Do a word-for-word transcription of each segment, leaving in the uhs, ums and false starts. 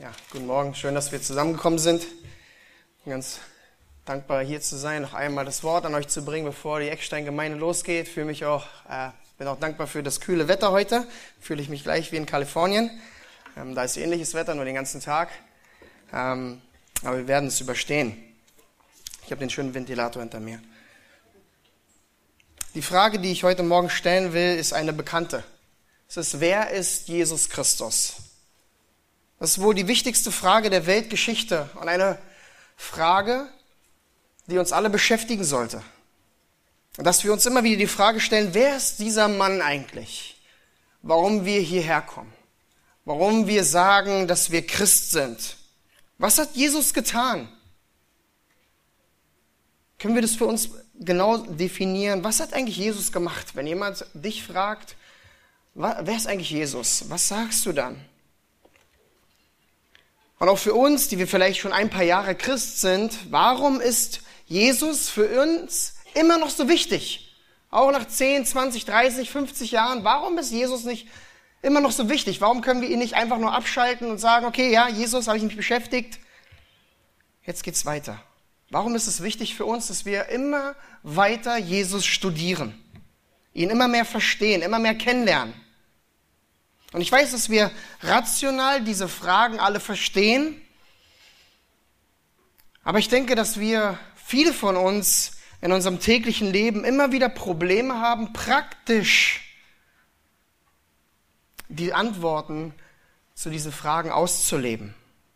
Ja, guten Morgen, schön, dass wir zusammengekommen sind. Ich bin ganz dankbar, hier zu sein, noch einmal das Wort an euch zu bringen, bevor die Eckstein-Gemeinde losgeht. Fühle mich auch, äh, bin auch dankbar für das kühle Wetter heute. Fühle ich mich gleich wie in Kalifornien. Ähm, da ist ähnliches Wetter, nur den ganzen Tag. Ähm, aber wir werden es überstehen. Ich habe den schönen Ventilator hinter mir. Die Frage, die ich heute Morgen stellen will, ist eine bekannte. Es ist, wer ist Jesus Christus? Das ist wohl die wichtigste Frage der Weltgeschichte und eine Frage, die uns alle beschäftigen sollte. Und dass wir uns immer wieder die Frage stellen, wer ist dieser Mann eigentlich? Warum wir hierher kommen? Warum wir sagen, dass wir Christ sind? Was hat Jesus getan? Können wir das für uns genau definieren? Was hat eigentlich Jesus gemacht? Wenn jemand dich fragt, wer ist eigentlich Jesus? Was sagst du dann? Und auch für uns, die wir vielleicht schon ein paar Jahre Christ sind, warum ist Jesus für uns immer noch so wichtig? Auch nach zehn, zwanzig, dreißig, fünfzig Jahren, warum ist Jesus nicht immer noch so wichtig? Warum können wir ihn nicht einfach nur abschalten und sagen, okay, ja, Jesus, habe ich mich beschäftigt, jetzt geht's weiter. Warum ist es wichtig für uns, dass wir immer weiter Jesus studieren, ihn immer mehr verstehen, immer mehr kennenlernen? Und ich weiß, dass wir rational diese Fragen alle verstehen, aber ich denke, dass wir, viele von uns in unserem täglichen Leben immer wieder Probleme haben, praktisch die Antworten zu diesen Fragen auszuleben.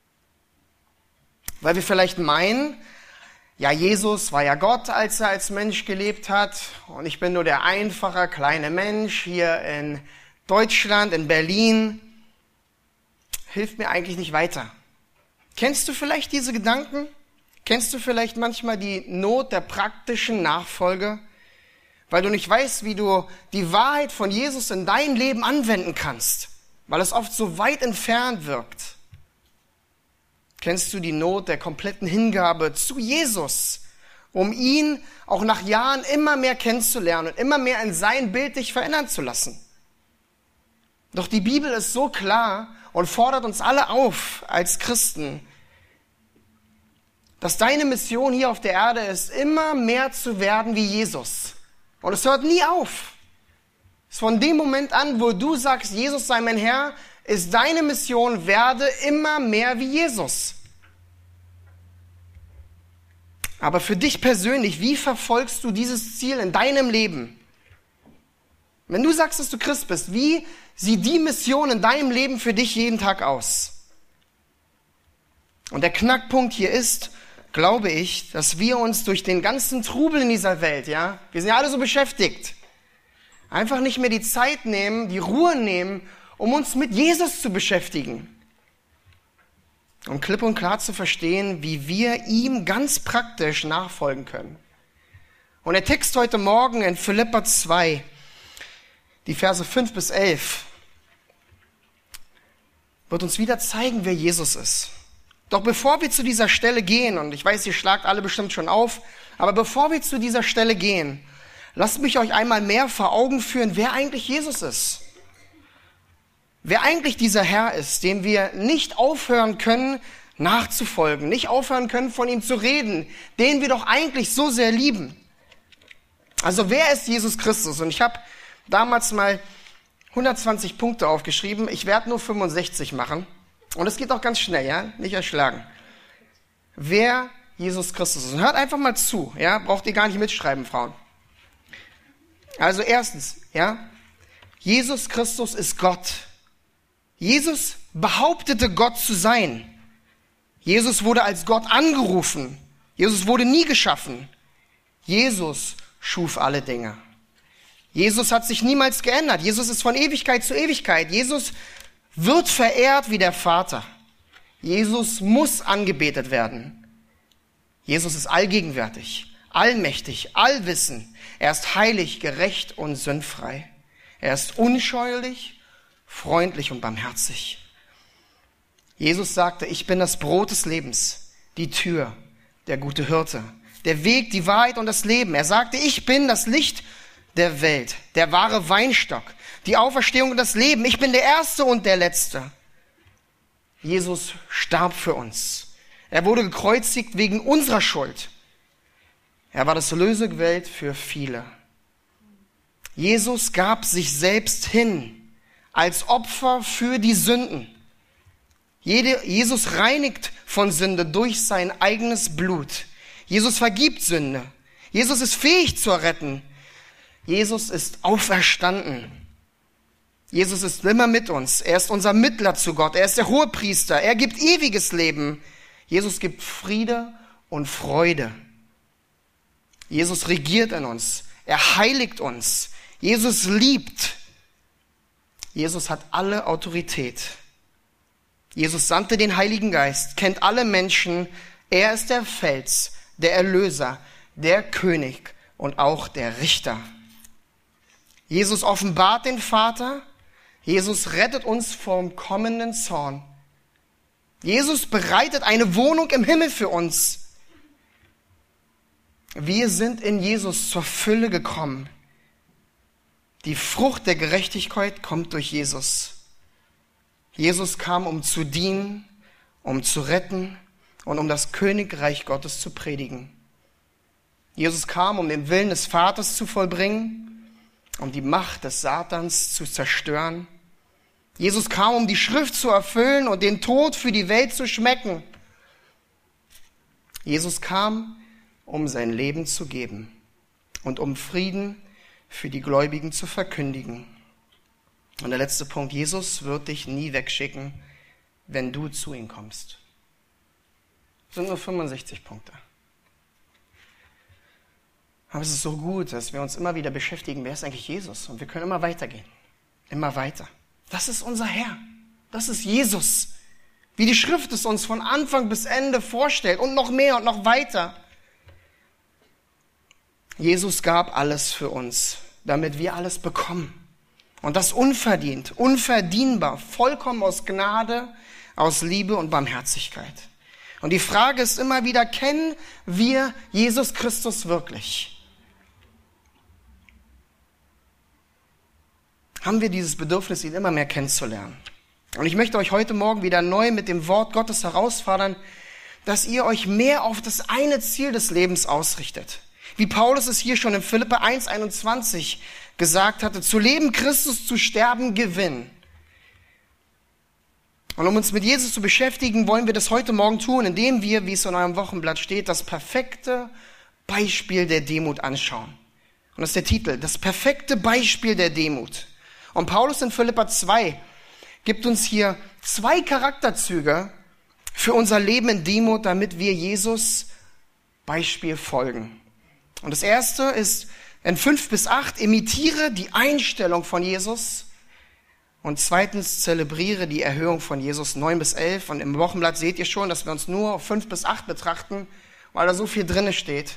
Weil wir vielleicht meinen, ja, Jesus war ja Gott, als er als Mensch gelebt hat, und ich bin nur der einfache kleine Mensch hier in Deutschland, in Berlin, hilft mir eigentlich nicht weiter. Kennst du vielleicht diese Gedanken? Kennst du vielleicht manchmal die Not der praktischen Nachfolge? Weil du nicht weißt, wie du die Wahrheit von Jesus in dein Leben anwenden kannst, weil es oft so weit entfernt wirkt. Kennst du die Not der kompletten Hingabe zu Jesus, um ihn auch nach Jahren immer mehr kennenzulernen und immer mehr in sein Bild dich verändern zu lassen? Doch die Bibel ist so klar und fordert uns alle auf als Christen, dass deine Mission hier auf der Erde ist, immer mehr zu werden wie Jesus. Und es hört nie auf. Es ist von dem Moment an, wo du sagst, Jesus sei mein Herr, ist deine Mission, werde immer mehr wie Jesus. Aber für dich persönlich, wie verfolgst du dieses Ziel in deinem Leben? Wenn du sagst, dass du Christ bist, wie sieht die Mission in deinem Leben für dich jeden Tag aus? Und der Knackpunkt hier ist, glaube ich, dass wir uns durch den ganzen Trubel in dieser Welt, ja, wir sind ja alle so beschäftigt, einfach nicht mehr die Zeit nehmen, die Ruhe nehmen, um uns mit Jesus zu beschäftigen. Um klipp und klar zu verstehen, wie wir ihm ganz praktisch nachfolgen können. Und der Text heute Morgen in Philipper zwei, die Verse fünf bis elf, wird uns wieder zeigen, wer Jesus ist. Doch bevor wir zu dieser Stelle gehen, und ich weiß, ihr schlagt alle bestimmt schon auf, aber bevor wir zu dieser Stelle gehen, lasst mich euch einmal mehr vor Augen führen, wer eigentlich Jesus ist. Wer eigentlich dieser Herr ist, dem wir nicht aufhören können, nachzufolgen, nicht aufhören können, von ihm zu reden, den wir doch eigentlich so sehr lieben. Also wer ist Jesus Christus? Und ich habe damals mal hundertzwanzig Punkte aufgeschrieben. Ich werde nur fünfundsechzig machen. Und es geht auch ganz schnell, ja? Nicht erschlagen. Wer Jesus Christus ist. Und hört einfach mal zu, ja? Braucht ihr gar nicht mitschreiben, Frauen. Also erstens, ja? Jesus Christus ist Gott. Jesus behauptete, Gott zu sein. Jesus wurde als Gott angerufen. Jesus wurde nie geschaffen. Jesus schuf alle Dinge. Jesus hat sich niemals geändert. Jesus ist von Ewigkeit zu Ewigkeit. Jesus wird verehrt wie der Vater. Jesus muss angebetet werden. Jesus ist allgegenwärtig, allmächtig, allwissend. Er ist heilig, gerecht und sündfrei. Er ist unscheulich, freundlich und barmherzig. Jesus sagte, ich bin das Brot des Lebens, die Tür, der gute Hirte, der Weg, die Wahrheit und das Leben. Er sagte, ich bin das Licht der Welt, der wahre Weinstock, die Auferstehung und das Leben. Ich bin der Erste und der Letzte. Jesus starb für uns. Er wurde gekreuzigt wegen unserer Schuld. Er war das Lösegeld für viele. Jesus gab sich selbst hin als Opfer für die Sünden. Jede, Jesus reinigt von Sünde durch sein eigenes Blut. Jesus vergibt Sünde. Jesus ist fähig zu retten. Jesus ist auferstanden. Jesus ist immer mit uns. Er ist unser Mittler zu Gott. Er ist der Hohepriester. Er gibt ewiges Leben. Jesus gibt Friede und Freude. Jesus regiert in uns. Er heiligt uns. Jesus liebt. Jesus hat alle Autorität. Jesus sandte den Heiligen Geist, kennt alle Menschen. Er ist der Fels, der Erlöser, der König und auch der Richter. Jesus offenbart den Vater. Jesus rettet uns vom kommenden Zorn. Jesus bereitet eine Wohnung im Himmel für uns. Wir sind in Jesus zur Fülle gekommen. Die Frucht der Gerechtigkeit kommt durch Jesus. Jesus kam, um zu dienen, um zu retten und um das Königreich Gottes zu predigen. Jesus kam, um den Willen des Vaters zu vollbringen, um die Macht des Satans zu zerstören. Jesus kam, um die Schrift zu erfüllen und den Tod für die Welt zu schmecken. Jesus kam, um sein Leben zu geben und um Frieden für die Gläubigen zu verkündigen. Und der letzte Punkt, Jesus wird dich nie wegschicken, wenn du zu ihm kommst. Das sind nur fünfundsechzig Punkte. Aber es ist so gut, dass wir uns immer wieder beschäftigen, wer ist eigentlich Jesus? Und wir können immer weitergehen, immer weiter. Das ist unser Herr, das ist Jesus. Wie die Schrift es uns von Anfang bis Ende vorstellt und noch mehr und noch weiter. Jesus gab alles für uns, damit wir alles bekommen. Und das unverdient, unverdienbar, vollkommen aus Gnade, aus Liebe und Barmherzigkeit. Und die Frage ist immer wieder, kennen wir Jesus Christus wirklich? Haben wir dieses Bedürfnis, ihn immer mehr kennenzulernen? Und ich möchte euch heute Morgen wieder neu mit dem Wort Gottes herausfordern, dass ihr euch mehr auf das eine Ziel des Lebens ausrichtet. Wie Paulus es hier schon in Philipper eins einundzwanzig gesagt hatte, zu leben Christus, zu sterben Gewinn. Und um uns mit Jesus zu beschäftigen, wollen wir das heute Morgen tun, indem wir, wie es in eurem Wochenblatt steht, das perfekte Beispiel der Demut anschauen. Und das ist der Titel, das perfekte Beispiel der Demut. Und Paulus in Philipper zwei gibt uns hier zwei Charakterzüge für unser Leben in Demut, damit wir Jesus Beispiel folgen. Und das erste ist in fünf bis acht, imitiere die Einstellung von Jesus. Und zweitens, zelebriere die Erhöhung von Jesus, neun bis elf. Und im Wochenblatt seht ihr schon, dass wir uns nur auf fünf bis acht betrachten, weil da so viel drinne steht.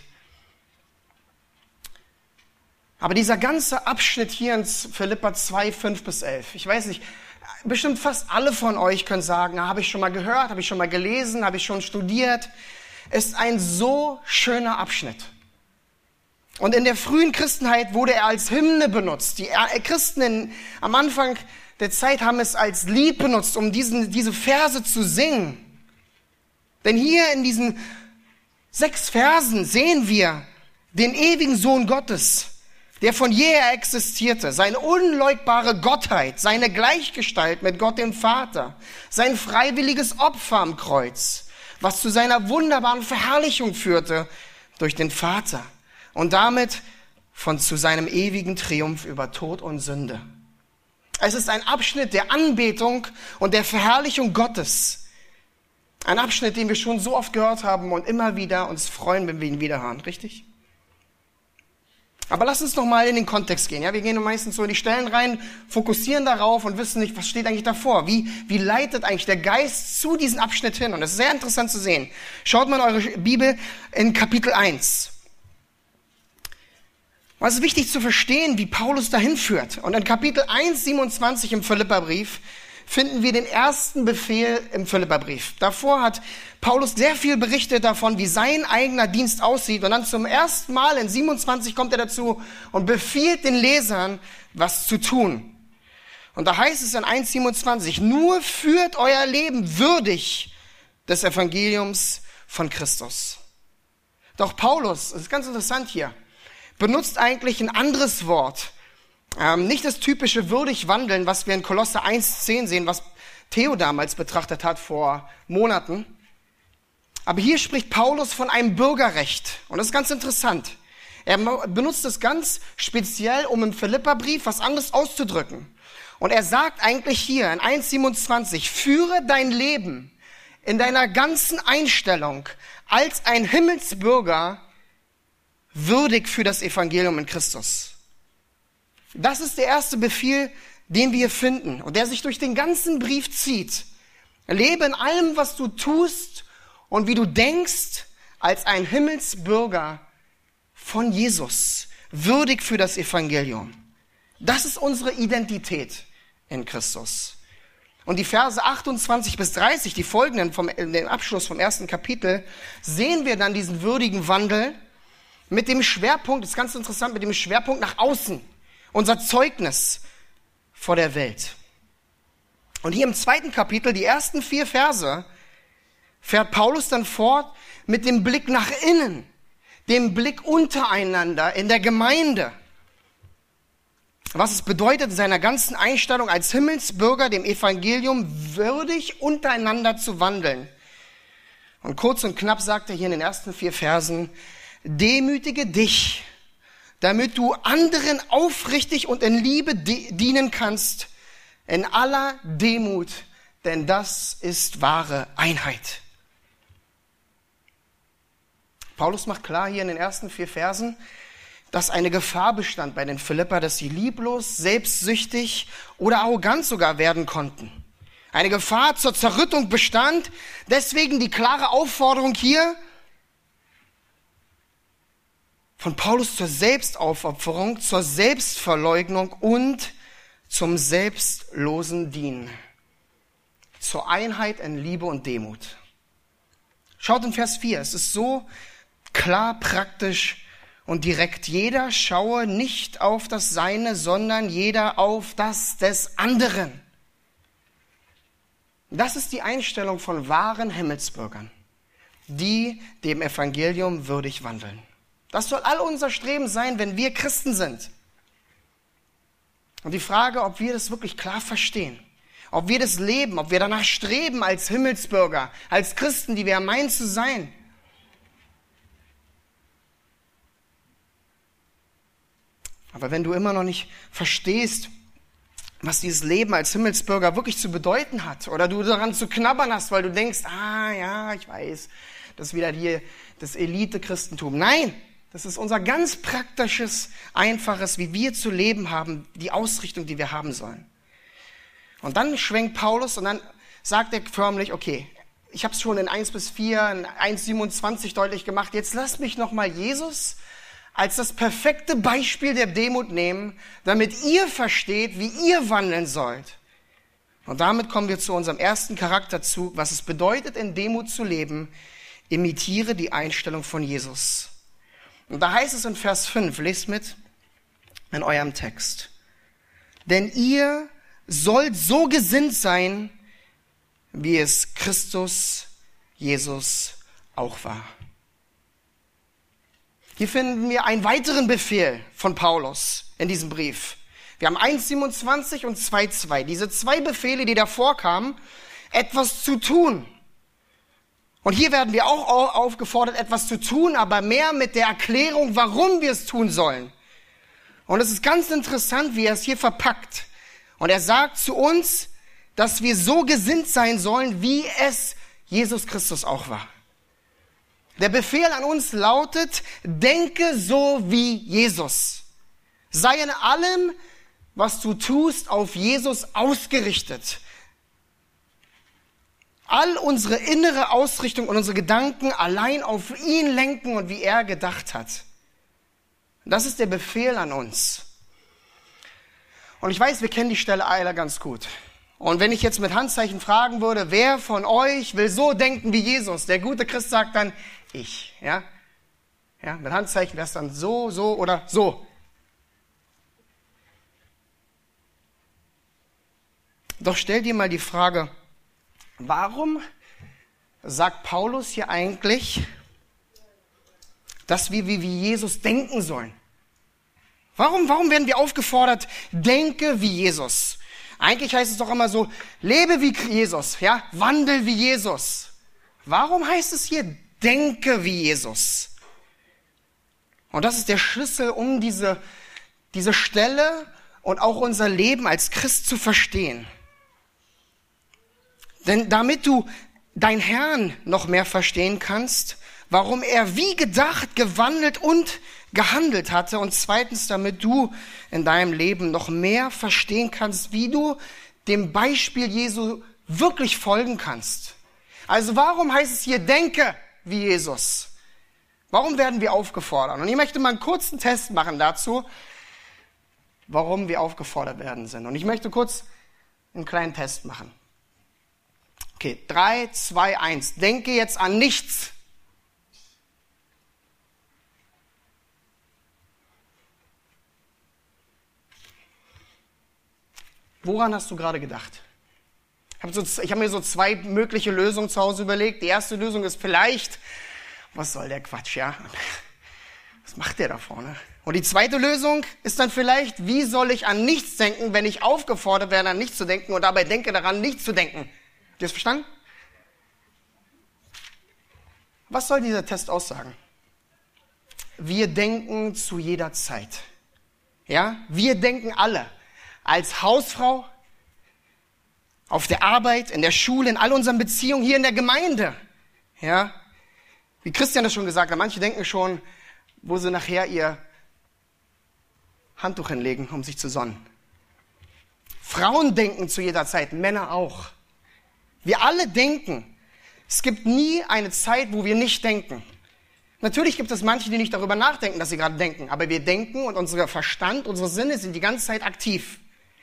Aber dieser ganze Abschnitt hier in Philipper zwei, fünf bis elf, ich weiß nicht, bestimmt fast alle von euch können sagen, habe ich schon mal gehört, habe ich schon mal gelesen, habe ich schon studiert, ist ein so schöner Abschnitt. Und in der frühen Christenheit wurde er als Hymne benutzt. Die Christen in, am Anfang der Zeit haben es als Lied benutzt, um diesen, diese Verse zu singen. Denn hier in diesen sechs Versen sehen wir den ewigen Sohn Gottes, der von jeher existierte, seine unleugbare Gottheit, seine Gleichgestalt mit Gott dem Vater, sein freiwilliges Opfer am Kreuz, was zu seiner wunderbaren Verherrlichung führte durch den Vater. Und damit von zu seinem ewigen Triumph über Tod und Sünde. Es ist ein Abschnitt der Anbetung und der Verherrlichung Gottes. Ein Abschnitt, den wir schon so oft gehört haben und immer wieder uns freuen, wenn wir ihn wieder hören, richtig? Aber lass uns noch mal in den Kontext gehen. Ja, wir gehen meistens so in die Stellen rein, fokussieren darauf und wissen nicht, was steht eigentlich davor. Wie, wie leitet eigentlich der Geist zu diesem Abschnitt hin? Und das ist sehr interessant zu sehen. Schaut mal in eure Bibel in Kapitel eins. Es ist wichtig zu verstehen, wie Paulus dahin führt. Und in Kapitel eins, siebenundzwanzig im Philipperbrief finden wir den ersten Befehl im Philipperbrief. Davor hat Paulus sehr viel berichtet davon, wie sein eigener Dienst aussieht. Und dann zum ersten Mal in siebenundzwanzig kommt er dazu und befiehlt den Lesern, was zu tun. Und da heißt es in eins siebenundzwanzig, nur führt euer Leben würdig des Evangeliums von Christus. Doch Paulus, das ist ganz interessant hier, benutzt eigentlich ein anderes Wort. Ähm, nicht das typische würdig wandeln, was wir in Kolosser eins zehn sehen, was Theo damals betrachtet hat vor Monaten. Aber hier spricht Paulus von einem Bürgerrecht. Und das ist ganz interessant. Er benutzt es ganz speziell, um im Philipperbrief was anderes auszudrücken. Und er sagt eigentlich hier in eins siebenundzwanzig, führe dein Leben in deiner ganzen Einstellung als ein Himmelsbürger würdig für das Evangelium in Christus. Das ist der erste Befehl, den wir finden und der sich durch den ganzen Brief zieht. Lebe in allem, was du tust und wie du denkst, als ein Himmelsbürger von Jesus, würdig für das Evangelium. Das ist unsere Identität in Christus. Und die Verse achtundzwanzig bis dreißig, die folgenden, vom, den Abschluss vom ersten Kapitel, sehen wir dann diesen würdigen Wandel mit dem Schwerpunkt, das ist ganz interessant, mit dem Schwerpunkt nach außen. Unser Zeugnis vor der Welt. Und hier im zweiten Kapitel, die ersten vier Verse, fährt Paulus dann fort mit dem Blick nach innen, dem Blick untereinander in der Gemeinde. Was es bedeutet, in seiner ganzen Einstellung als Himmelsbürger dem Evangelium würdig untereinander zu wandeln. Und kurz und knapp sagt er hier in den ersten vier Versen, demütige dich, damit du anderen aufrichtig und in Liebe dienen kannst, in aller Demut, denn das ist wahre Einheit. Paulus macht klar hier in den ersten vier Versen, dass eine Gefahr bestand bei den Philipper, dass sie lieblos, selbstsüchtig oder arrogant sogar werden konnten. Eine Gefahr zur Zerrüttung bestand, deswegen die klare Aufforderung hier von Paulus zur Selbstaufopferung, zur Selbstverleugnung und zum selbstlosen Dienen. Zur Einheit in Liebe und Demut. Schaut in Vers vier, es ist so klar, praktisch und direkt. Jeder schaue nicht auf das Seine, sondern jeder auf das des anderen. Das ist die Einstellung von wahren Himmelsbürgern, die dem Evangelium würdig wandeln. Das soll all unser Streben sein, wenn wir Christen sind. Und die Frage, ob wir das wirklich klar verstehen, ob wir das leben, ob wir danach streben als Himmelsbürger, als Christen, die wir meinen zu sein. Aber wenn du immer noch nicht verstehst, was dieses Leben als Himmelsbürger wirklich zu bedeuten hat, oder du daran zu knabbern hast, weil du denkst, ah ja, ich weiß, das ist wieder hier das Elite-Christentum. Nein, das ist unser ganz praktisches, einfaches, wie wir zu leben haben, die Ausrichtung, die wir haben sollen. Und dann schwenkt Paulus und dann sagt er förmlich, okay, ich habe es schon in eins bis vier, in eins siebenundzwanzig deutlich gemacht, jetzt lasst mich nochmal Jesus als das perfekte Beispiel der Demut nehmen, damit ihr versteht, wie ihr wandeln sollt. Und damit kommen wir zu unserem ersten Charakterzug, was es bedeutet, in Demut zu leben. Imitiere die Einstellung von Jesus. Und da heißt es in Vers fünf, lest mit in eurem Text. Denn ihr sollt so gesinnt sein, wie es Christus, Jesus auch war. Hier finden wir einen weiteren Befehl von Paulus in diesem Brief. Wir haben eins siebenundzwanzig und zwei zwei. Diese zwei Befehle, die davor kamen, etwas zu tun. Und hier werden wir auch aufgefordert, etwas zu tun, aber mehr mit der Erklärung, warum wir es tun sollen. Und es ist ganz interessant, wie er es hier verpackt. Und er sagt zu uns, dass wir so gesinnt sein sollen, wie es Jesus Christus auch war. Der Befehl an uns lautet, denke so wie Jesus. Sei in allem, was du tust, auf Jesus ausgerichtet. All unsere innere Ausrichtung und unsere Gedanken allein auf ihn lenken und wie er gedacht hat. Das ist der Befehl an uns. Und ich weiß, wir kennen die Stelle alle ganz gut. Und wenn ich jetzt mit Handzeichen fragen würde, wer von euch will so denken wie Jesus? Der gute Christ sagt dann, ich. Ja, ja, mit Handzeichen wäre es dann so, so oder so. Doch stell dir mal die Frage, warum sagt Paulus hier eigentlich, dass wir wie, wie Jesus denken sollen? Warum, warum werden wir aufgefordert, denke wie Jesus? Eigentlich heißt es doch immer so, lebe wie Jesus, ja, wandel wie Jesus. Warum heißt es hier, denke wie Jesus? Und das ist der Schlüssel, um diese, diese Stelle und auch unser Leben als Christ zu verstehen. Denn damit du deinen Herrn noch mehr verstehen kannst, warum er wie gedacht, gewandelt und gehandelt hatte, und zweitens, damit du in deinem Leben noch mehr verstehen kannst, wie du dem Beispiel Jesu wirklich folgen kannst. Also warum heißt es hier, denke wie Jesus? Warum werden wir aufgefordert? Und ich möchte mal einen kurzen Test machen dazu, warum wir aufgefordert werden sind. Und ich möchte kurz einen kleinen Test machen. Okay, drei, zwei, eins. Denke jetzt an nichts. Woran hast du gerade gedacht? Ich habe so, ich hab mir so zwei mögliche Lösungen zu Hause überlegt. Die erste Lösung ist vielleicht, was soll der Quatsch, ja? Was macht der da vorne? Und die zweite Lösung ist dann vielleicht, wie soll ich an nichts denken, wenn ich aufgefordert werde, an nichts zu denken und dabei denke daran, nichts zu denken? Habt ihr das verstanden? Was soll dieser Test aussagen? Wir denken zu jeder Zeit. Ja? Wir denken alle. Als Hausfrau, auf der Arbeit, in der Schule, in all unseren Beziehungen, hier in der Gemeinde. Ja? Wie Christian das schon gesagt hat, manche denken schon, wo sie nachher ihr Handtuch hinlegen, um sich zu sonnen. Frauen denken zu jeder Zeit, Männer auch. Wir alle denken. Es gibt nie eine Zeit, wo wir nicht denken. Natürlich gibt es manche, die nicht darüber nachdenken, dass sie gerade denken. Aber wir denken und unser Verstand, unsere Sinne sind die ganze Zeit aktiv.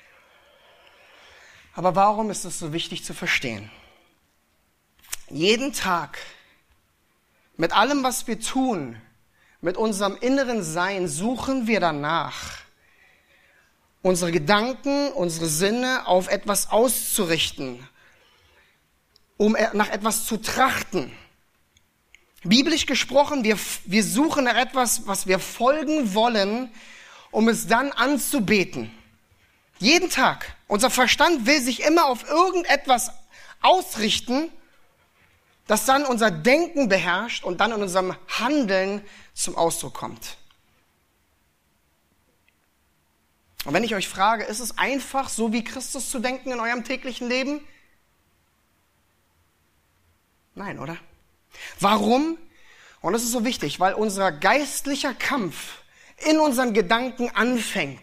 Aber warum ist es so wichtig zu verstehen? Jeden Tag, mit allem, was wir tun, mit unserem inneren Sein, suchen wir danach, unsere Gedanken, unsere Sinne auf etwas auszurichten, um nach etwas zu trachten. Biblisch gesprochen, wir, wir suchen nach etwas, was wir folgen wollen, um es dann anzubeten. Jeden Tag. Unser Verstand will sich immer auf irgendetwas ausrichten, das dann unser Denken beherrscht und dann in unserem Handeln zum Ausdruck kommt. Und wenn ich euch frage, ist es einfach, so wie Christus zu denken in eurem täglichen Leben? Nein, oder? Warum? Und das ist so wichtig, weil unser geistlicher Kampf in unseren Gedanken anfängt.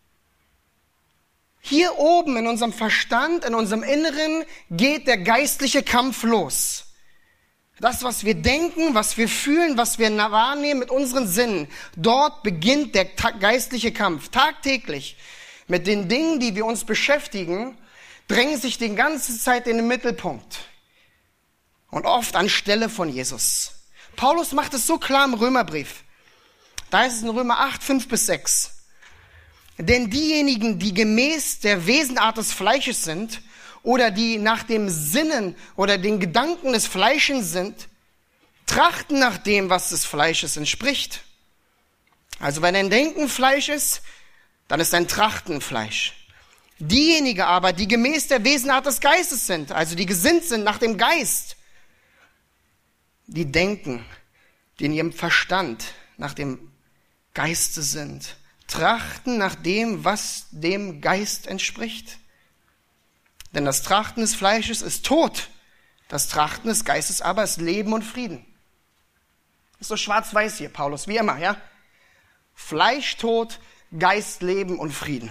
Hier oben in unserem Verstand, in unserem Inneren geht der geistliche Kampf los. Das, was wir denken, was wir fühlen, was wir wahrnehmen mit unseren Sinnen, dort beginnt der geistliche Kampf. Tagtäglich mit den Dingen, die wir uns beschäftigen, drängen sich die ganze Zeit in den Mittelpunkt. Und oft anstelle von Jesus. Paulus macht es so klar im Römerbrief. Da heißt es in Römer acht, fünf bis sechs. Denn diejenigen, die gemäß der Wesenart des Fleisches sind oder die nach dem Sinnen oder den Gedanken des Fleisches sind, trachten nach dem, was des Fleisches entspricht. Also wenn dein Denken Fleisch ist, dann ist dein Trachten Fleisch. Diejenigen aber, die gemäß der Wesenart des Geistes sind, also die gesinnt sind nach dem Geist, die denken, die in ihrem Verstand nach dem Geiste sind, trachten nach dem, was dem Geist entspricht. Denn das Trachten des Fleisches ist Tod, das Trachten des Geistes aber ist Leben und Frieden. Ist so schwarz-weiß hier, Paulus, wie immer, ja? Fleisch, Tod, Geist, Leben und Frieden.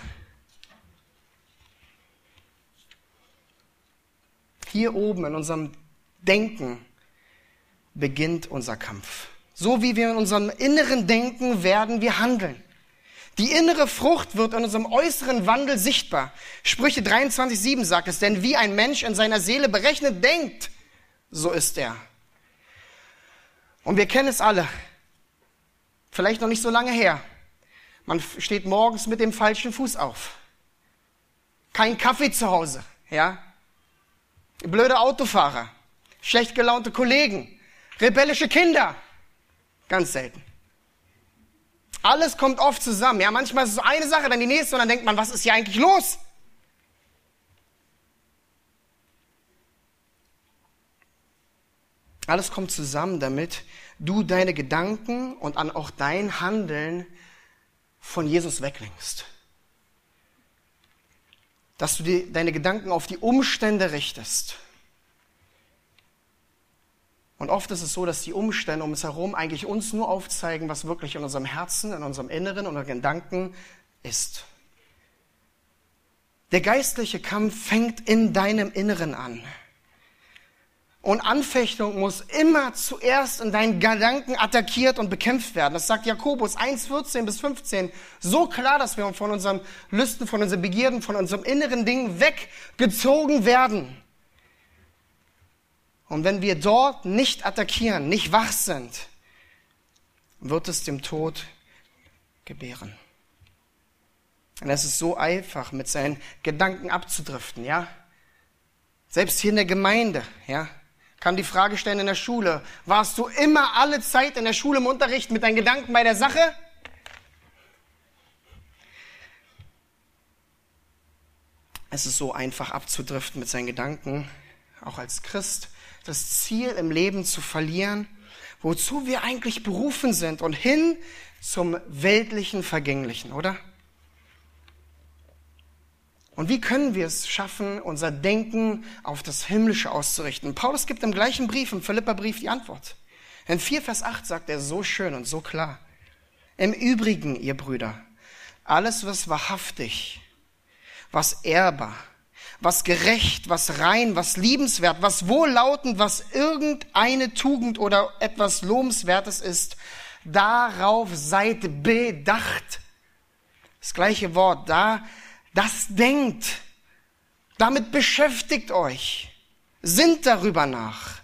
Hier oben in unserem Denken beginnt unser Kampf. So wie wir in unserem inneren Denken werden wir handeln. Die innere Frucht wird in unserem äußeren Wandel sichtbar. Sprüche dreiundzwanzig, sieben sagt es, denn wie ein Mensch in seiner Seele berechnet denkt, so ist er. Und wir kennen es alle. Vielleicht noch nicht so lange her. Man steht morgens mit dem falschen Fuß auf. Kein Kaffee zu Hause. ja? Blöde Autofahrer, schlecht gelaunte Kollegen, rebellische Kinder. Ganz selten. Alles kommt oft zusammen. Ja, manchmal ist es so eine Sache, dann die nächste und dann denkt man, was ist hier eigentlich los? Alles kommt zusammen, damit du deine Gedanken und an auch dein Handeln von Jesus weglenkst. Dass du die, deine Gedanken auf die Umstände richtest. Und oft ist es so, dass die Umstände um uns herum eigentlich uns nur aufzeigen, was wirklich in unserem Herzen, in unserem Inneren, in unseren Gedanken ist. Der geistliche Kampf fängt in deinem Inneren an. Und Anfechtung muss immer zuerst in deinen Gedanken attackiert und bekämpft werden. Das sagt Jakobus eins, vierzehn bis fünfzehn. So klar, dass wir von unseren Lüsten, von unseren Begierden, von unserem inneren Ding weggezogen werden. Und wenn wir dort nicht attackieren, nicht wach sind, wird es dem Tod gebären. Und es ist so einfach, mit seinen Gedanken abzudriften, ja. Selbst hier in der Gemeinde, ja, kam die Frage stellen in der Schule, warst du immer alle Zeit in der Schule im Unterricht mit deinen Gedanken bei der Sache? Es ist so einfach abzudriften mit seinen Gedanken, auch als Christ, das Ziel im Leben zu verlieren, wozu wir eigentlich berufen sind und hin zum weltlichen Vergänglichen, oder? Und wie können wir es schaffen, unser Denken auf das Himmlische auszurichten? Paulus gibt im gleichen Brief, im Philipperbrief, die Antwort. In vier Vers acht sagt er so schön und so klar. Im Übrigen, ihr Brüder, alles, was wahrhaftig, was ehrbar, was gerecht, was rein, was liebenswert, was wohllautend, was irgendeine Tugend oder etwas Lobenswertes ist, darauf seid bedacht. Das gleiche Wort, da, das denkt, damit beschäftigt euch, sinnt darüber nach.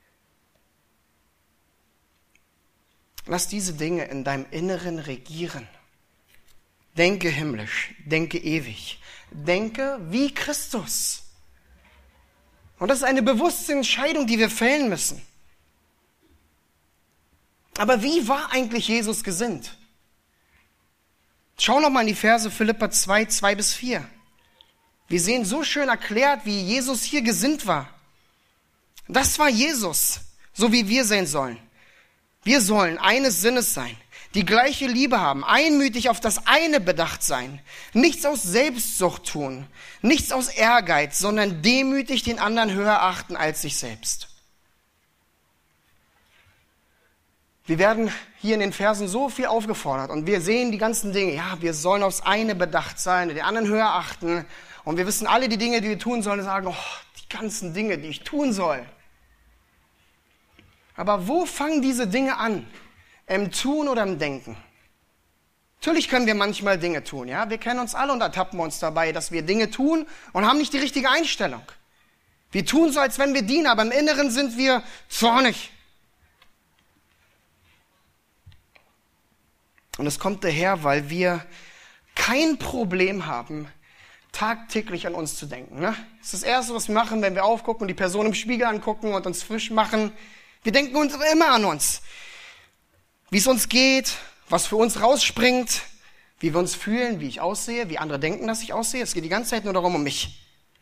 Lass diese Dinge in deinem Inneren regieren. Denke himmlisch, denke ewig. Denke wie Christus. Und das ist eine bewusste Entscheidung, die wir fällen müssen. Aber wie war eigentlich Jesus gesinnt? Schau noch mal in die Verse Philipper zwei, zwei bis vier. Wir sehen so schön erklärt, wie Jesus hier gesinnt war. Das war Jesus, so wie wir sein sollen. Wir sollen eines Sinnes sein, die gleiche Liebe haben, einmütig auf das eine bedacht sein, nichts aus Selbstsucht tun, nichts aus Ehrgeiz, sondern demütig den anderen höher achten als sich selbst. Wir werden hier in den Versen so viel aufgefordert und wir sehen die ganzen Dinge. Ja, wir sollen aufs eine bedacht sein, den anderen höher achten. Und wir wissen alle die Dinge, die wir tun sollen, und sagen, oh, die ganzen Dinge, die ich tun soll. Aber wo fangen diese Dinge an? Im Tun oder im Denken? Natürlich können wir manchmal Dinge tun, ja. Wir kennen uns alle und ertappen uns dabei, dass wir Dinge tun und haben nicht die richtige Einstellung. Wir tun so, als wenn wir dienen, aber im Inneren sind wir zornig. Und es kommt daher, weil wir kein Problem haben, tagtäglich an uns zu denken. Ne? Das ist das Erste, was wir machen, wenn wir aufgucken und die Person im Spiegel angucken und uns frisch machen. Wir denken uns immer an uns. Wie es uns geht, was für uns rausspringt, wie wir uns fühlen, wie ich aussehe, wie andere denken, dass ich aussehe. Es geht die ganze Zeit nur darum, um mich.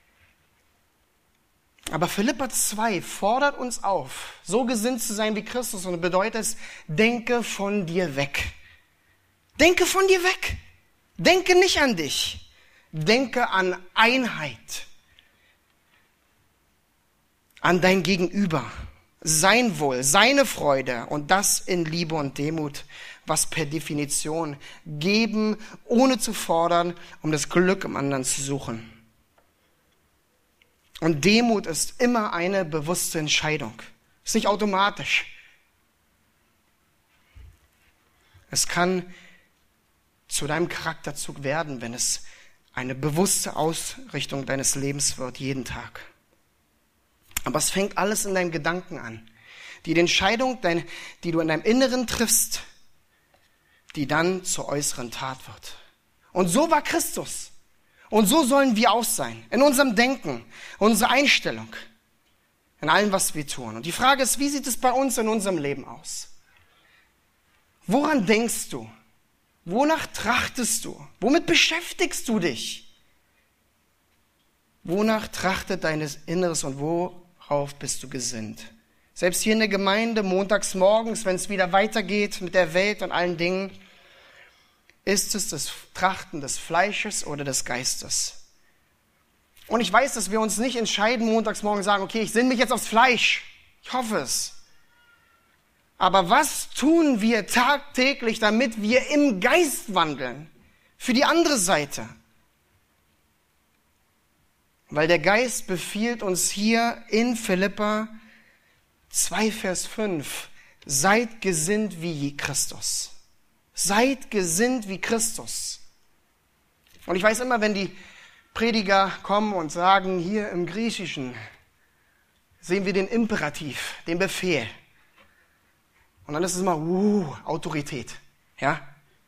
Aber Philipper zwei fordert uns auf, so gesinnt zu sein wie Christus. Und bedeutet es, denke von dir weg. Denke von dir weg. Denke nicht an dich. Denke an Einheit. An dein Gegenüber. Sein Wohl, seine Freude und das in Liebe und Demut, was per Definition geben, ohne zu fordern, um das Glück im anderen zu suchen. Und Demut ist immer eine bewusste Entscheidung. Ist nicht automatisch. Es kann zu deinem Charakterzug werden, wenn es eine bewusste Ausrichtung deines Lebens wird, jeden Tag. Aber es fängt alles in deinem Gedanken an. Die Entscheidung, die du in deinem Inneren triffst, die dann zur äußeren Tat wird. Und so war Christus. Und so sollen wir auch sein, in unserem Denken, unserer Einstellung, in allem, was wir tun. Und die Frage ist, wie sieht es bei uns in unserem Leben aus? Woran denkst du? Wonach trachtest du? Womit beschäftigst du dich? Wonach trachtet dein Inneres und worauf bist du gesinnt? Selbst hier in der Gemeinde, montags morgens, wenn es wieder weitergeht mit der Welt und allen Dingen, ist es das Trachten des Fleisches oder des Geistes? Und ich weiß, dass wir uns nicht entscheiden, montags morgen sagen, okay, ich sinne mich jetzt aufs Fleisch. Ich hoffe es. Aber was tun wir tagtäglich, damit wir im Geist wandeln? Für die andere Seite. Weil der Geist befiehlt uns hier in Philipper zwei, Vers fünf, seid gesinnt wie Christus. Seid gesinnt wie Christus. Und ich weiß immer, wenn die Prediger kommen und sagen, hier im Griechischen sehen wir den Imperativ, den Befehl. Und dann ist es immer, uh, Autorität. Ja?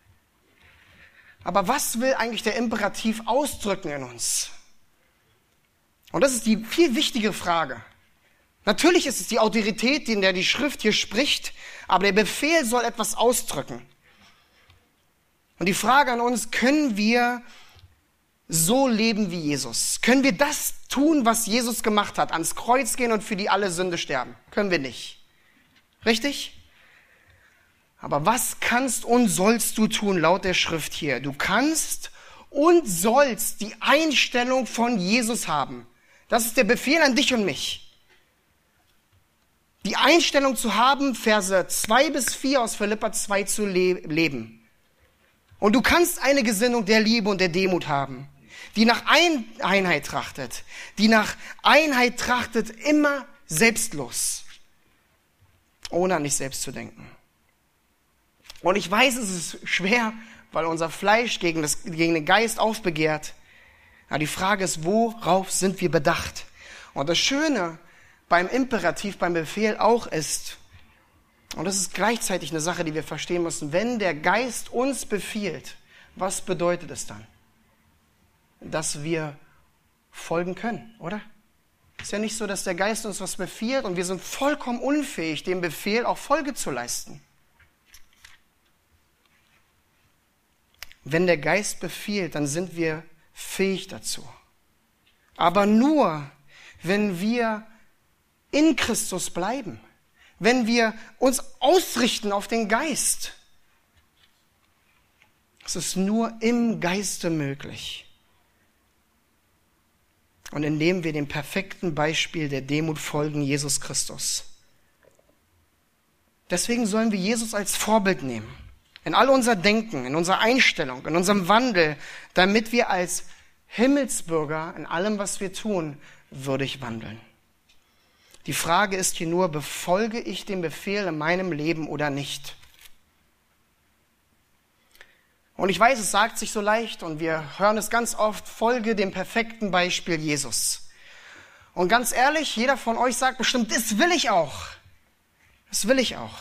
Aber was will eigentlich der Imperativ ausdrücken in uns? Und das ist die viel wichtigere Frage. Natürlich ist es die Autorität, in der die Schrift hier spricht, aber der Befehl soll etwas ausdrücken. Und die Frage an uns, können wir so leben wie Jesus? Können wir das tun, was Jesus gemacht hat? Ans Kreuz gehen und für die alle Sünde sterben? Können wir nicht. Richtig? Aber was kannst und sollst du tun, laut der Schrift hier? Du kannst und sollst die Einstellung von Jesus haben. Das ist der Befehl an dich und mich. Die Einstellung zu haben, Verse zwei bis vier aus Philipper zwei zu le- leben. Und du kannst eine Gesinnung der Liebe und der Demut haben, die nach Ein- Einheit trachtet, die nach Einheit trachtet, immer selbstlos, ohne an dich selbst zu denken. Und ich weiß, es ist schwer, weil unser Fleisch gegen, das, gegen den Geist aufbegehrt. Aber die Frage ist, worauf sind wir bedacht? Und das Schöne beim Imperativ, beim Befehl auch ist, und das ist gleichzeitig eine Sache, die wir verstehen müssen, wenn der Geist uns befiehlt, was bedeutet es dann? Dass wir folgen können, oder? Ist ja nicht so, dass der Geist uns was befiehlt und wir sind vollkommen unfähig, dem Befehl auch Folge zu leisten. Wenn der Geist befiehlt, dann sind wir fähig dazu. Aber nur, wenn wir in Christus bleiben, wenn wir uns ausrichten auf den Geist. Es ist nur im Geiste möglich. Und indem wir dem perfekten Beispiel der Demut folgen, Jesus Christus. Deswegen sollen wir Jesus als Vorbild nehmen. In all unser Denken, in unserer Einstellung, in unserem Wandel, damit wir als Himmelsbürger in allem, was wir tun, würdig wandeln. Die Frage ist hier nur, befolge ich den Befehl in meinem Leben oder nicht? Und ich weiß, es sagt sich so leicht und wir hören es ganz oft, folge dem perfekten Beispiel Jesus. Und ganz ehrlich, jeder von euch sagt bestimmt, das will ich auch. Das will ich auch.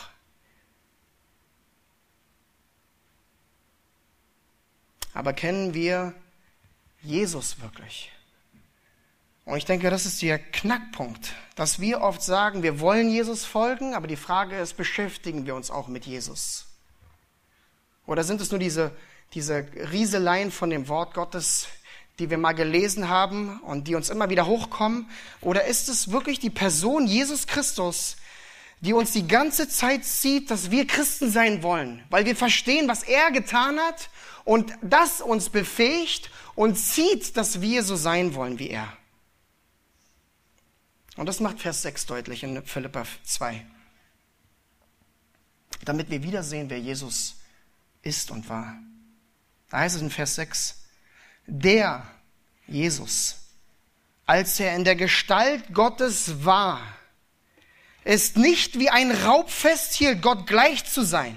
Aber kennen wir Jesus wirklich? Und ich denke, das ist der Knackpunkt, dass wir oft sagen, wir wollen Jesus folgen, aber die Frage ist, beschäftigen wir uns auch mit Jesus? Oder sind es nur diese, diese Rieseleien von dem Wort Gottes, die wir mal gelesen haben und die uns immer wieder hochkommen? Oder ist es wirklich die Person Jesus Christus, die uns die ganze Zeit zieht, dass wir Christen sein wollen, weil wir verstehen, was er getan hat und das uns befähigt und zieht, dass wir so sein wollen wie er? Und das macht Vers sechs deutlich in Philipper zwei. Damit wir wiedersehen, wer Jesus ist und war. Da heißt es in Vers sechs, der Jesus, als er in der Gestalt Gottes war, ist nicht wie ein Raub festhielt, Gott gleich zu sein.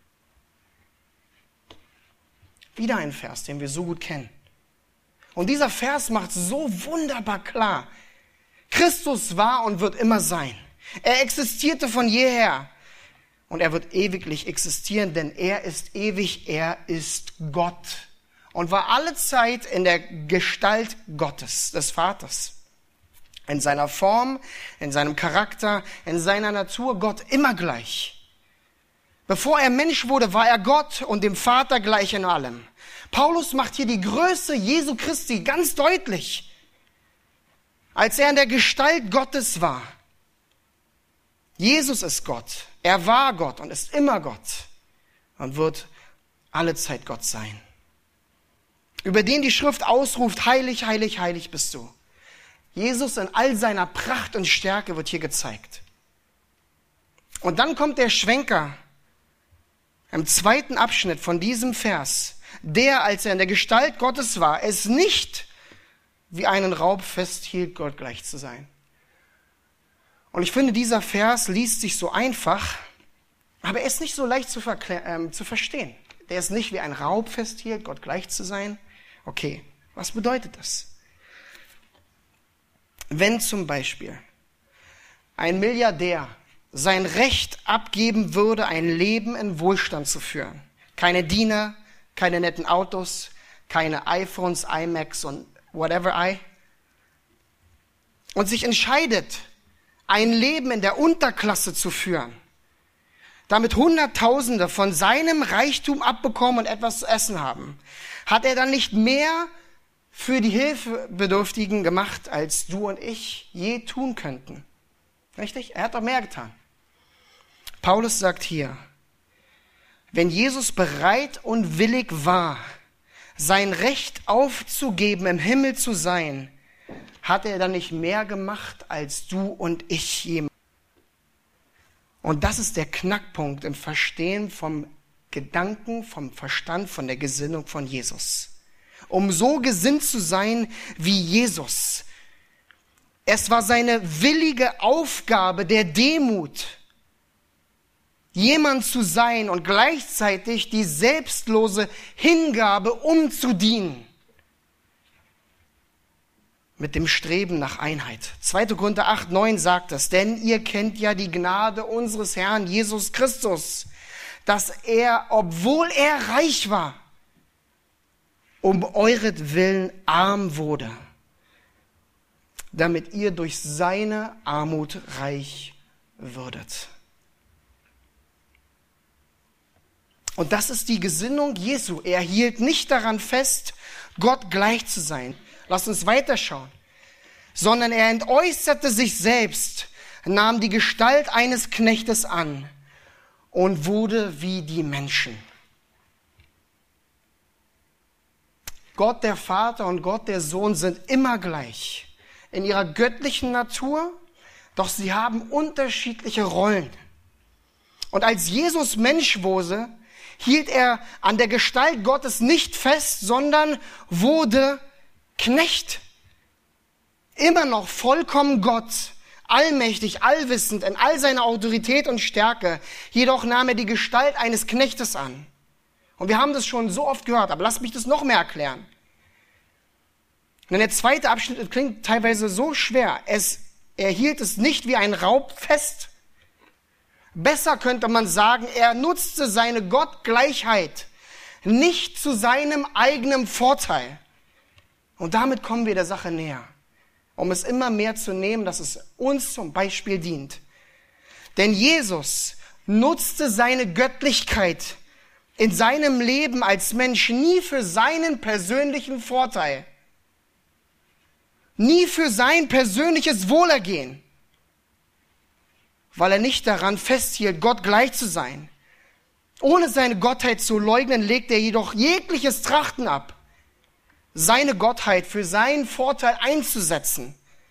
Wieder ein Vers, den wir so gut kennen. Und dieser Vers macht so wunderbar klar, Christus war und wird immer sein. Er existierte von jeher und er wird ewiglich existieren, denn er ist ewig, er ist Gott. und war alle Zeit in der Gestalt Gottes, des Vaters. In seiner Form, in seinem Charakter, in seiner Natur Gott immer gleich. Bevor er Mensch wurde, war er Gott und dem Vater gleich in allem. Paulus macht hier die Größe Jesu Christi ganz deutlich. Als er in der Gestalt Gottes war. Jesus ist Gott. Er war Gott und ist immer Gott und wird alle Zeit Gott sein. Über den die Schrift ausruft, heilig, heilig, heilig bist du. Jesus in all seiner Pracht und Stärke wird hier gezeigt. Und dann kommt der Schwenker im zweiten Abschnitt von diesem Vers, der, als er in der Gestalt Gottes war, es nicht wie einen Raub festhielt, Gott gleich zu sein. Und ich finde, dieser Vers liest sich so einfach, aber er ist nicht so leicht zu, äh, zu verstehen. Der ist nicht wie ein Raub festhielt, Gott gleich zu sein. Okay, was bedeutet das? Wenn zum Beispiel ein Milliardär sein Recht abgeben würde, ein Leben in Wohlstand zu führen, keine Diener, keine netten Autos, keine iPhones, iMacs und whatever I, und sich entscheidet, ein Leben in der Unterklasse zu führen, damit Hunderttausende von seinem Reichtum abbekommen und etwas zu essen haben, hat er dann nicht mehr für die Hilfebedürftigen gemacht, als du und ich je tun könnten. Richtig? Er hat doch mehr getan. Paulus sagt hier, wenn Jesus bereit und willig war, sein Recht aufzugeben, im Himmel zu sein, hat er dann nicht mehr gemacht, als du und ich je. Und das ist der Knackpunkt im Verstehen vom Gedanken, vom Verstand, von der Gesinnung von Jesus. Um so gesinnt zu sein wie Jesus. Es war seine willige Aufgabe der Demut, jemand zu sein und gleichzeitig die selbstlose Hingabe, um zu dienen. Mit dem Streben nach Einheit. zweiter Korinther acht, neun sagt es, denn ihr kennt ja die Gnade unseres Herrn Jesus Christus, dass er, obwohl er reich war, um euretwillen arm wurde, damit ihr durch seine Armut reich würdet. Und das ist die Gesinnung Jesu. Er hielt nicht daran fest, Gott gleich zu sein. Lasst uns weiterschauen. Sondern er entäußerte sich selbst, nahm die Gestalt eines Knechtes an und wurde wie die Menschen. Gott der Vater und Gott der Sohn sind immer gleich in ihrer göttlichen Natur, doch sie haben unterschiedliche Rollen. Und als Jesus Mensch wurde, hielt er an der Gestalt Gottes nicht fest, sondern wurde Knecht. Immer noch vollkommen Gott, allmächtig, allwissend, in all seiner Autorität und Stärke. Jedoch nahm er die Gestalt eines Knechtes an. Und wir haben das schon so oft gehört, aber lasst mich das noch mehr erklären. Denn der zweite Abschnitt klingt teilweise so schwer. Es, er hielt es nicht wie ein Raub fest. Besser könnte man sagen, er nutzte seine Gottgleichheit nicht zu seinem eigenen Vorteil. Und damit kommen wir der Sache näher, um es immer mehr zu nehmen, dass es uns zum Beispiel dient. Denn Jesus nutzte seine Göttlichkeit in seinem Leben als Mensch nie für seinen persönlichen Vorteil, nie für sein persönliches Wohlergehen, weil er nicht daran festhielt, Gott gleich zu sein. Ohne seine Gottheit zu leugnen, legt er jedoch jegliches Trachten ab, seine Gottheit für seinen Vorteil einzusetzen.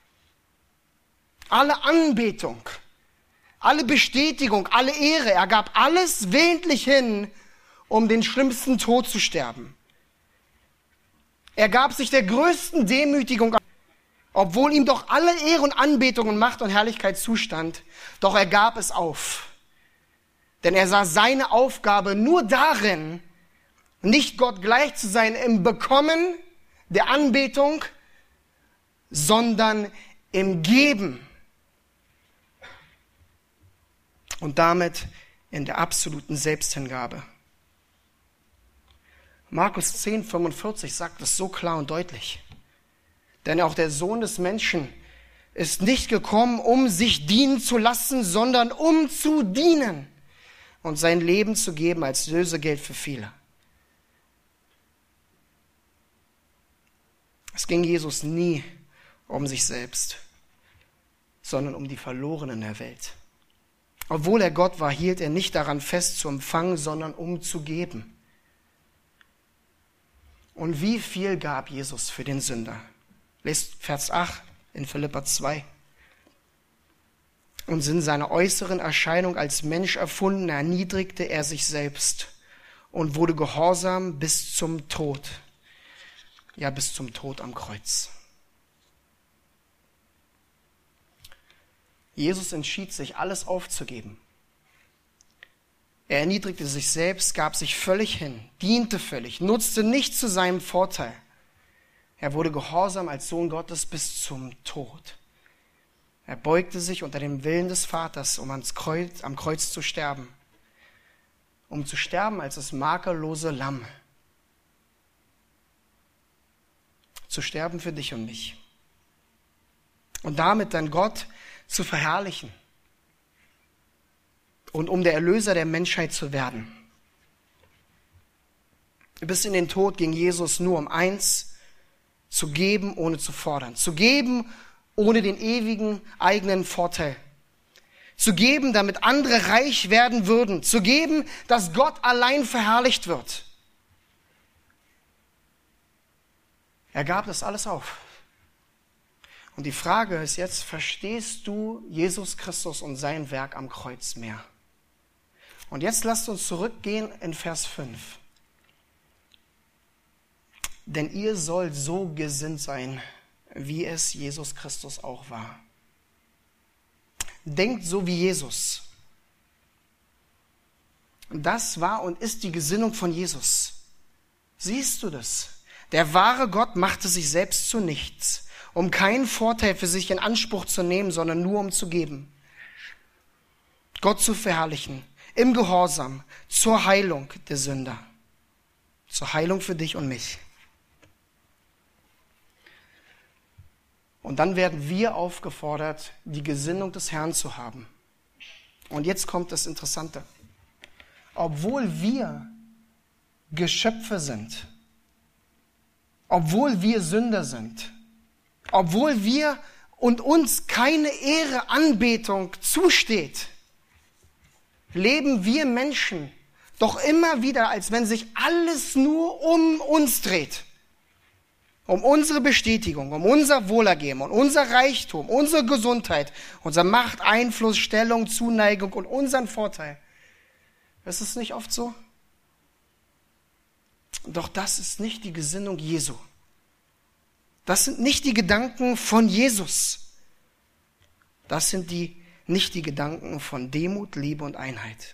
Alle Anbetung, alle Bestätigung, alle Ehre, er gab alles willentlich hin, um den schlimmsten Tod zu sterben. Er gab sich der größten Demütigung, obwohl ihm doch alle Ehre und Anbetung und Macht und Herrlichkeit zustand, doch er gab es auf. Denn er sah seine Aufgabe nur darin, nicht Gott gleich zu sein im Bekommen der Anbetung, sondern im Geben. Und damit in der absoluten Selbsthingabe. Markus zehn, fünfundvierzig sagt es so klar und deutlich. Denn auch der Sohn des Menschen ist nicht gekommen, um sich dienen zu lassen, sondern um zu dienen und sein Leben zu geben als Lösegeld für viele. Es ging Jesus nie um sich selbst, sondern um die Verlorenen der Welt. Obwohl er Gott war, hielt er nicht daran fest zu empfangen, sondern um zu geben. Und wie viel gab Jesus für den Sünder? Lest Vers acht in Philipper zwei. Und in seiner äußeren Erscheinung als Mensch erfunden, erniedrigte er sich selbst und wurde gehorsam bis zum Tod. Ja, bis zum Tod am Kreuz. Jesus entschied sich, alles aufzugeben. Er erniedrigte sich selbst, gab sich völlig hin, diente völlig, nutzte nichts zu seinem Vorteil. Er wurde gehorsam als Sohn Gottes bis zum Tod. Er beugte sich unter dem Willen des Vaters, um ans Kreuz, am Kreuz zu sterben. Um zu sterben als das makellose Lamm. Zu sterben für dich und mich. Und damit dann Gott zu verherrlichen. Und um der Erlöser der Menschheit zu werden. Bis in den Tod ging Jesus nur um eins, zu geben, ohne zu fordern. Zu geben, ohne den ewigen eigenen Vorteil. Zu geben, damit andere reich werden würden. Zu geben, dass Gott allein verherrlicht wird. Er gab das alles auf. Und die Frage ist jetzt, verstehst du Jesus Christus und sein Werk am Kreuz mehr? Und jetzt lasst uns zurückgehen in Vers fünf. Denn ihr sollt so gesinnt sein, wie es Jesus Christus auch war. Denkt so wie Jesus. Das war und ist die Gesinnung von Jesus. Siehst du das? Der wahre Gott machte sich selbst zu nichts, um keinen Vorteil für sich in Anspruch zu nehmen, sondern nur um zu geben. Gott zu verherrlichen, im Gehorsam, zur Heilung der Sünder. Zur Heilung für dich und mich. Und dann werden wir aufgefordert, die Gesinnung des Herrn zu haben. Und jetzt kommt das Interessante. Obwohl wir Geschöpfe sind, obwohl wir Sünder sind, obwohl wir und uns keine Ehre, Anbetung zusteht, leben wir Menschen doch immer wieder, als wenn sich alles nur um uns dreht. Um unsere Bestätigung, um unser Wohlergehen, um unser Reichtum, unsere Gesundheit, unsere Macht, Einfluss, Stellung, Zuneigung und unseren Vorteil. Ist es nicht oft so? Doch das ist nicht die Gesinnung Jesu. Das sind nicht die Gedanken von Jesus. Das sind die, nicht die Gedanken von Demut, Liebe und Einheit.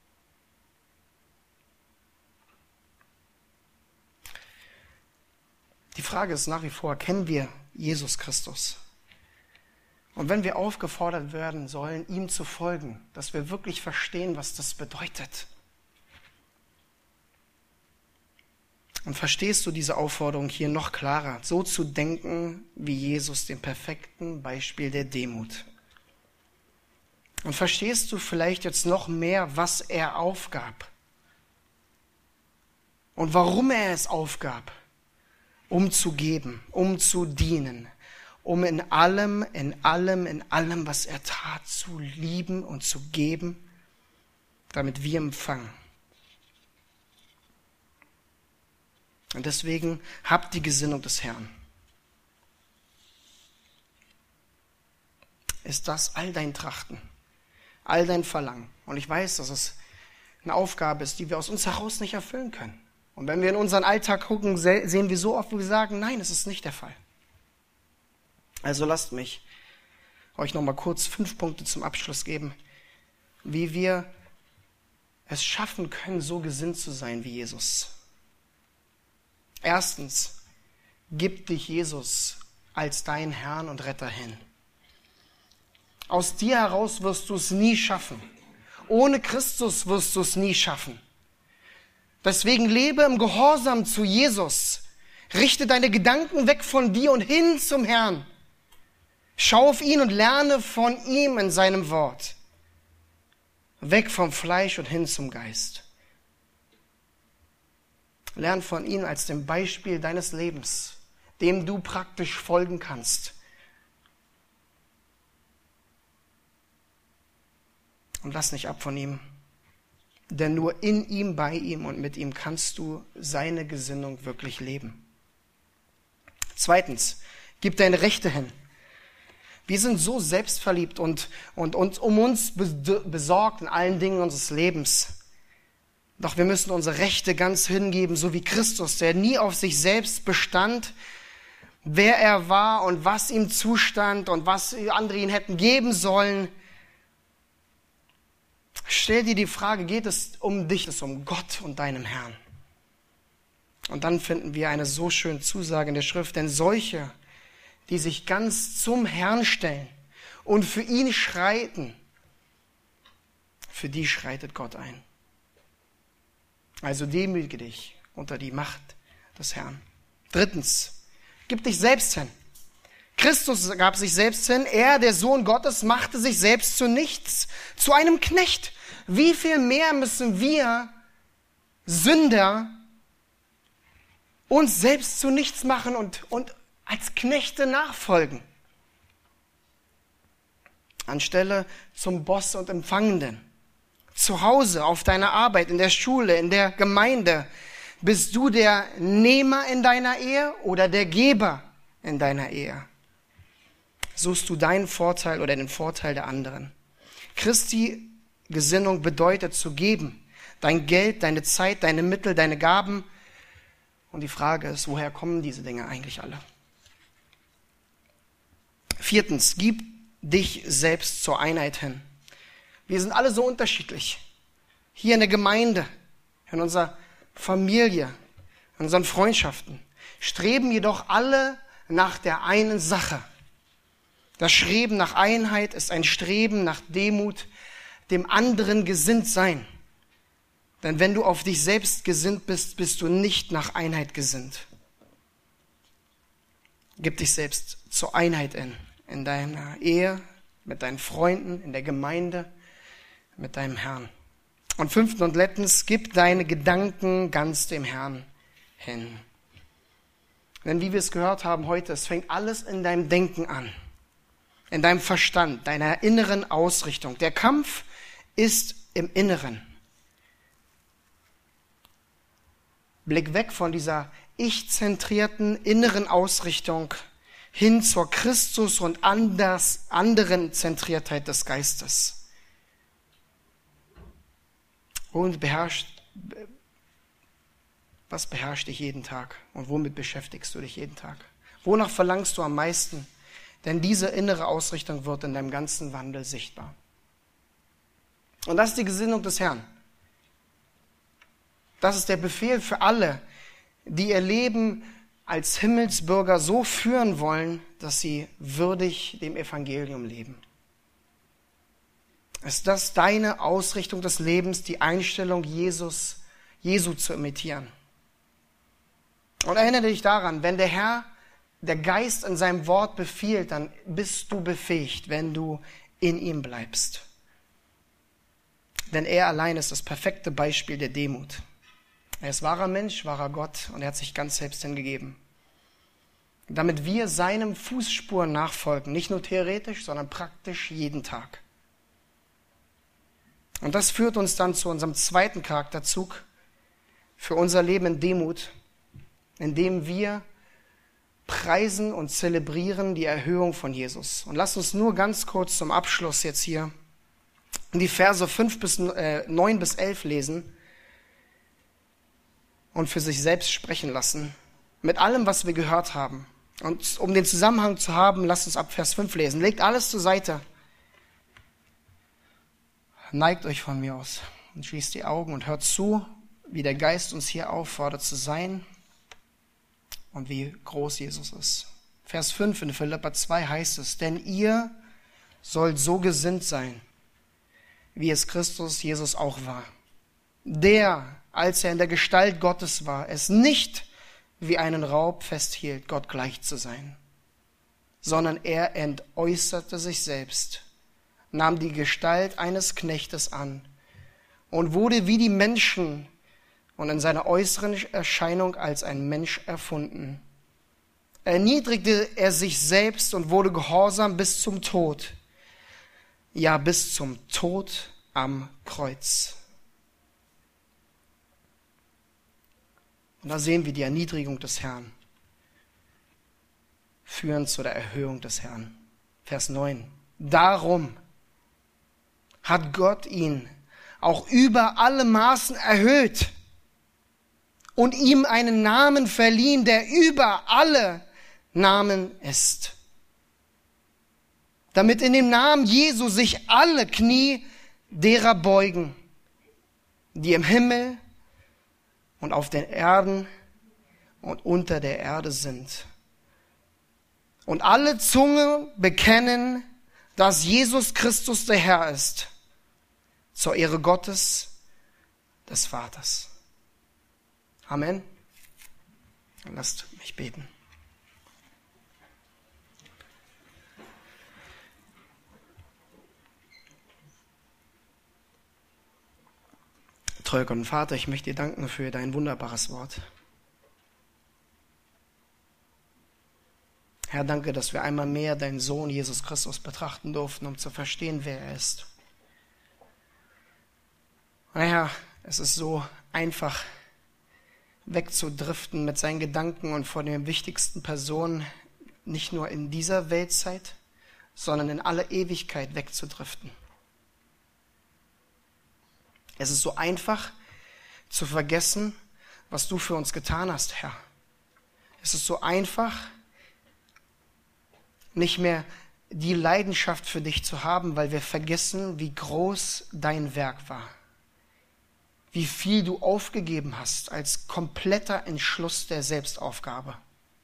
Die Frage ist nach wie vor, kennen wir Jesus Christus? Und wenn wir aufgefordert werden sollen, ihm zu folgen, dass wir wirklich verstehen, was das bedeutet. Und verstehst du diese Aufforderung hier noch klarer, so zu denken wie Jesus, dem perfekten Beispiel der Demut? Und verstehst du vielleicht jetzt noch mehr, was er aufgab? Und warum er es aufgab? Um zu geben, um zu dienen, um in allem, in allem, in allem, was er tat, zu lieben und zu geben, damit wir empfangen. Und deswegen habt die Gesinnung des Herrn. Ist das all dein Trachten, all dein Verlangen? Und ich weiß, dass es eine Aufgabe ist, die wir aus uns heraus nicht erfüllen können. Und wenn wir in unseren Alltag gucken, sehen wir so oft, wo wir sagen, nein, es ist nicht der Fall. Also lasst mich euch noch mal kurz fünf Punkte zum Abschluss geben, wie wir es schaffen können, so gesinnt zu sein wie Jesus. Erstens, gib dich Jesus als dein Herrn und Retter hin. Aus dir heraus wirst du es nie schaffen. Ohne Christus wirst du es nie schaffen. Deswegen lebe im Gehorsam zu Jesus. Richte deine Gedanken weg von dir und hin zum Herrn. Schau auf ihn und lerne von ihm in seinem Wort. Weg vom Fleisch und hin zum Geist. Lern von ihm als dem Beispiel deines Lebens, dem du praktisch folgen kannst. Und lass nicht ab von ihm, denn nur in ihm, bei ihm und mit ihm kannst du seine Gesinnung wirklich leben. Zweitens, gib deine Rechte hin. Wir sind so selbstverliebt und, und, und um uns besorgt in allen Dingen unseres Lebens. Doch wir müssen unsere Rechte ganz hingeben, so wie Christus, der nie auf sich selbst bestand, wer er war und was ihm zustand und was andere ihn hätten geben sollen. Stell dir die Frage, geht es um dich, es um Gott und deinem Herrn? Und dann finden wir eine so schöne Zusage in der Schrift, denn solche, die sich ganz zum Herrn stellen und für ihn schreiten, für die schreitet Gott ein. Also demütige dich unter die Macht des Herrn. Drittens, gib dich selbst hin. Christus gab sich selbst hin. Er, der Sohn Gottes, machte sich selbst zu nichts, zu einem Knecht. Wie viel mehr müssen wir Sünder uns selbst zu nichts machen und, und als Knechte nachfolgen? Anstelle zum Boss und Empfangenden. Zu Hause, auf deiner Arbeit, in der Schule, in der Gemeinde. Bist du der Nehmer in deiner Ehe oder der Geber in deiner Ehe? Suchst du deinen Vorteil oder den Vorteil der anderen? Christi Gesinnung bedeutet zu geben. Dein Geld, deine Zeit, deine Mittel, deine Gaben. Und die Frage ist, woher kommen diese Dinge eigentlich alle? Viertens, gib dich selbst zur Einheit hin. Wir sind alle so unterschiedlich. Hier in der Gemeinde, in unserer Familie, in unseren Freundschaften, streben jedoch alle nach der einen Sache. Das Streben nach Einheit ist ein Streben nach Demut, dem anderen gesinnt sein. Denn wenn du auf dich selbst gesinnt bist, bist du nicht nach Einheit gesinnt. Gib dich selbst zur Einheit in, in deiner Ehe, mit deinen Freunden, in der Gemeinde, mit deinem Herrn. Und fünftens und letztens, gib deine Gedanken ganz dem Herrn hin. Denn wie wir es gehört haben heute, es fängt alles in deinem Denken an, in deinem Verstand, deiner inneren Ausrichtung. Der Kampf ist im Inneren. Blick weg von dieser ich-zentrierten inneren Ausrichtung hin zur Christus- und anders, anderen Zentriertheit des Geistes. Und beherrscht, was beherrscht dich jeden Tag? Und womit beschäftigst du dich jeden Tag? Wonach verlangst du am meisten? Denn diese innere Ausrichtung wird in deinem ganzen Wandel sichtbar. Und das ist die Gesinnung des Herrn. Das ist der Befehl für alle, die ihr Leben als Himmelsbürger so führen wollen, dass sie würdig dem Evangelium leben. Ist das deine Ausrichtung des Lebens, die Einstellung, Jesus, Jesu zu imitieren? Und erinnere dich daran, wenn der Herr, der Geist in seinem Wort befiehlt, dann bist du befähigt, wenn du in ihm bleibst. Denn er allein ist das perfekte Beispiel der Demut. Er ist wahrer Mensch, wahrer Gott und er hat sich ganz selbst hingegeben. Damit wir seinem Fußspuren nachfolgen, nicht nur theoretisch, sondern praktisch jeden Tag. Und das führt uns dann zu unserem zweiten Charakterzug für unser Leben in Demut, indem wir preisen und zelebrieren die Erhöhung von Jesus. Und lasst uns nur ganz kurz zum Abschluss jetzt hier die Verse fünf bis neun bis elf lesen und für sich selbst sprechen lassen, mit allem, was wir gehört haben. Und um den Zusammenhang zu haben, lasst uns ab Vers fünf lesen. Legt alles zur Seite. Neigt euch von mir aus und schließt die Augen und hört zu, wie der Geist uns hier auffordert zu sein und wie groß Jesus ist. Vers fünf in Philipper zwei heißt es, denn ihr sollt so gesinnt sein, wie es Christus Jesus auch war. Der als er in der Gestalt Gottes war, es nicht wie einen Raub festhielt, Gott gleich zu sein, sondern er entäußerte sich selbst, nahm die Gestalt eines Knechtes an und wurde wie die Menschen und in seiner äußeren Erscheinung als ein Mensch erfunden. Erniedrigte er sich selbst und wurde gehorsam bis zum Tod, ja bis zum Tod am Kreuz. Und da sehen wir die Erniedrigung des Herrn, führend zu der Erhöhung des Herrn. Vers neun. Darum hat Gott ihn auch über alle Maßen erhöht und ihm einen Namen verliehen, der über alle Namen ist. Damit in dem Namen Jesu sich alle Knie derer beugen, die im Himmel und auf den Erden und unter der Erde sind. Und alle Zunge bekennen, dass Jesus Christus der Herr ist, zur Ehre Gottes, des Vaters. Amen. Lasst mich beten. Treuer Gott und Vater, ich möchte dir danken für dein wunderbares Wort. Herr, danke, dass wir einmal mehr deinen Sohn Jesus Christus betrachten durften, um zu verstehen, wer er ist. Und Herr, es ist so einfach wegzudriften mit seinen Gedanken und von den wichtigsten Personen, nicht nur in dieser Weltzeit, sondern in alle Ewigkeit wegzudriften. Es ist so einfach zu vergessen, was du für uns getan hast, Herr. Es ist so einfach, nicht mehr die Leidenschaft für dich zu haben, weil wir vergessen, wie groß dein Werk war. Wie viel du aufgegeben hast als kompletter Entschluss der Selbstaufgabe.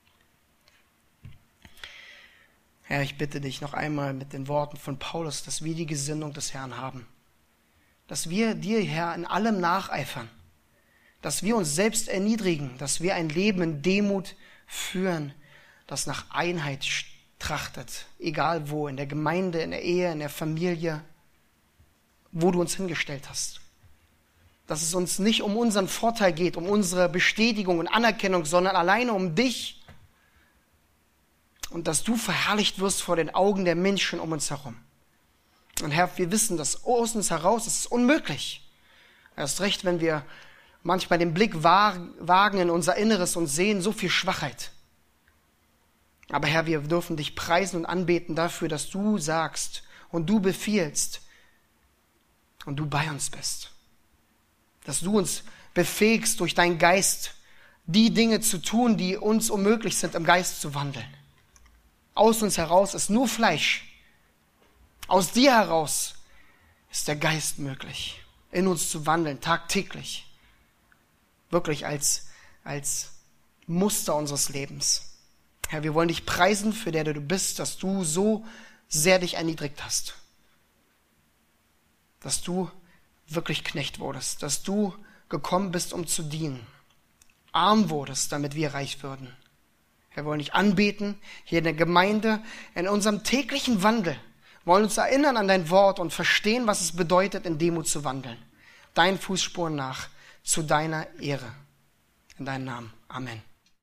Herr, ich bitte dich noch einmal mit den Worten von Paulus, dass wir die Gesinnung des Herrn haben. Dass wir dir, Herr, in allem nacheifern. Dass wir uns selbst erniedrigen. Dass wir ein Leben in Demut führen, das nach Einheit trachtet. Egal wo, in der Gemeinde, in der Ehe, in der Familie, wo du uns hingestellt hast. Dass es uns nicht um unseren Vorteil geht, um unsere Bestätigung und Anerkennung, sondern alleine um dich. Und dass du verherrlicht wirst vor den Augen der Menschen um uns herum. Und Herr, wir wissen, dass aus uns heraus ist es unmöglich. Erst recht, wenn wir manchmal den Blick wagen in unser Inneres und sehen so viel Schwachheit. Aber Herr, wir dürfen dich preisen und anbeten dafür, dass du sagst und du befiehlst und du bei uns bist. Dass du uns befähigst, durch deinen Geist die Dinge zu tun, die uns unmöglich sind, im Geist zu wandeln. Aus uns heraus ist nur Fleisch. Aus dir heraus ist der Geist möglich, in uns zu wandeln, tagtäglich. Wirklich als, als Muster unseres Lebens. Herr, wir wollen dich preisen für der, der du bist, dass du so sehr dich erniedrigt hast. Dass du wirklich Knecht wurdest, dass du gekommen bist, um zu dienen. Arm wurdest, damit wir reich würden. Wir wollen dich anbeten, hier in der Gemeinde, in unserem täglichen Wandel. Wir wollen uns erinnern an dein Wort und verstehen, was es bedeutet, in Demut zu wandeln. Deinen Fußspuren nach, zu deiner Ehre. In deinem Namen. Amen.